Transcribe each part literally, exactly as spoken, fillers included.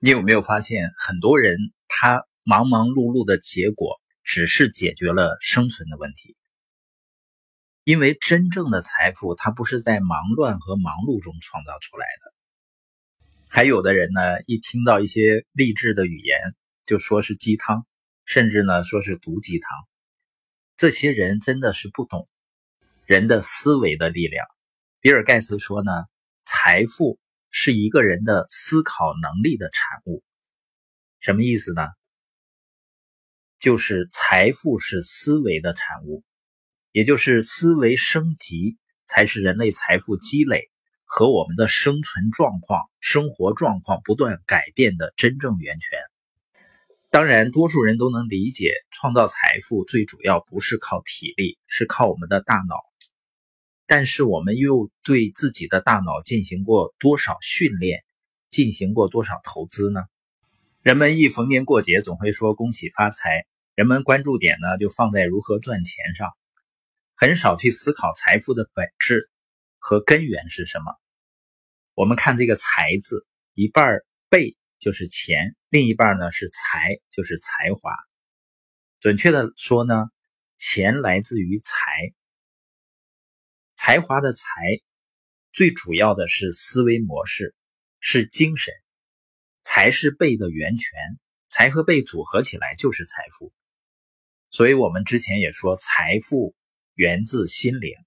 你有没有发现，很多人他忙忙碌碌的结果只是解决了生存的问题？因为真正的财富它不是在忙乱和忙碌中创造出来的。还有的人呢，一听到一些励志的语言就说是鸡汤，甚至呢说是毒鸡汤。这些人真的是不懂人的思维的力量。比尔盖茨说呢，财富是一个人的思考能力的产物。什么意思呢？就是财富是思维的产物，也就是思维升级才是人类财富积累和我们的生存状况、生活状况不断改变的真正源泉。当然，多数人都能理解，创造财富最主要不是靠体力，是靠我们的大脑。但是我们又对自己的大脑进行过多少训练，进行过多少投资呢？人们一逢年过节总会说恭喜发财，人们关注点呢就放在如何赚钱上，很少去思考财富的本质和根源是什么。我们看这个财字，一半贝就是钱，另一半呢是才，就是才华。准确的说呢，钱来自于才，才华的才最主要的是思维模式，是精神。才是贝的源泉，才和贝组合起来就是财富。所以我们之前也说，财富源自心灵。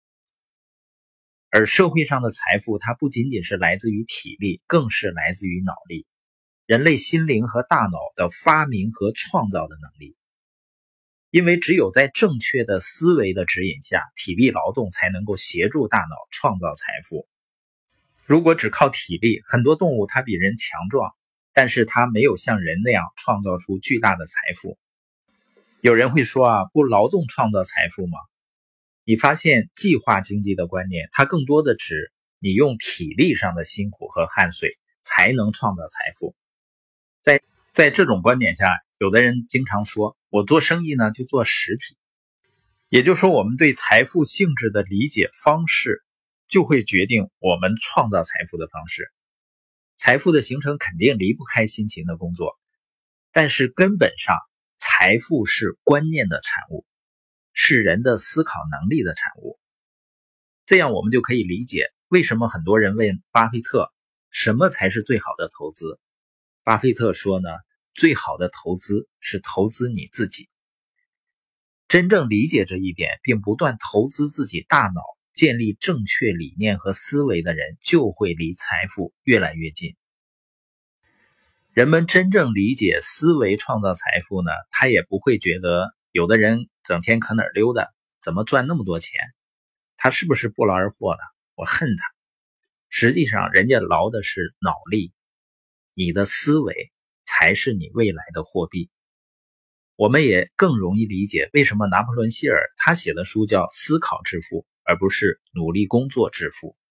而社会上的财富，它不仅仅是来自于体力，更是来自于脑力，人类心灵和大脑的发明和创造的能力。因为只有在正确的思维的指引下，体力劳动才能够协助大脑创造财富。如果只靠体力，很多动物它比人强壮，但是它没有像人那样创造出巨大的财富。有人会说啊，不劳动创造财富吗？你发现计划经济的观念，它更多的指你用体力上的辛苦和汗水才能创造财富。在在这种观点下，有的人经常说，我做生意呢就做实体。也就是说，我们对财富性质的理解方式就会决定我们创造财富的方式。财富的形成肯定离不开辛勤的工作，但是根本上，财富是观念的产物，是人的思考能力的产物。这样我们就可以理解，为什么很多人问巴菲特，什么才是最好的投资？巴菲特说呢，最好的投资是投资你自己。真正理解这一点，并不断投资自己大脑，建立正确理念和思维的人，就会离财富越来越近。人们真正理解思维创造财富呢，他也不会觉得有的人整天可哪儿溜达，怎么赚那么多钱？他是不是不劳而获了？我恨他。实际上，人家劳的是脑力，你的思维才是你未来的货币。我们也更容易理解为什么拿破仑希尔他写的书叫《思考致富》，而不是《努力工作致富》。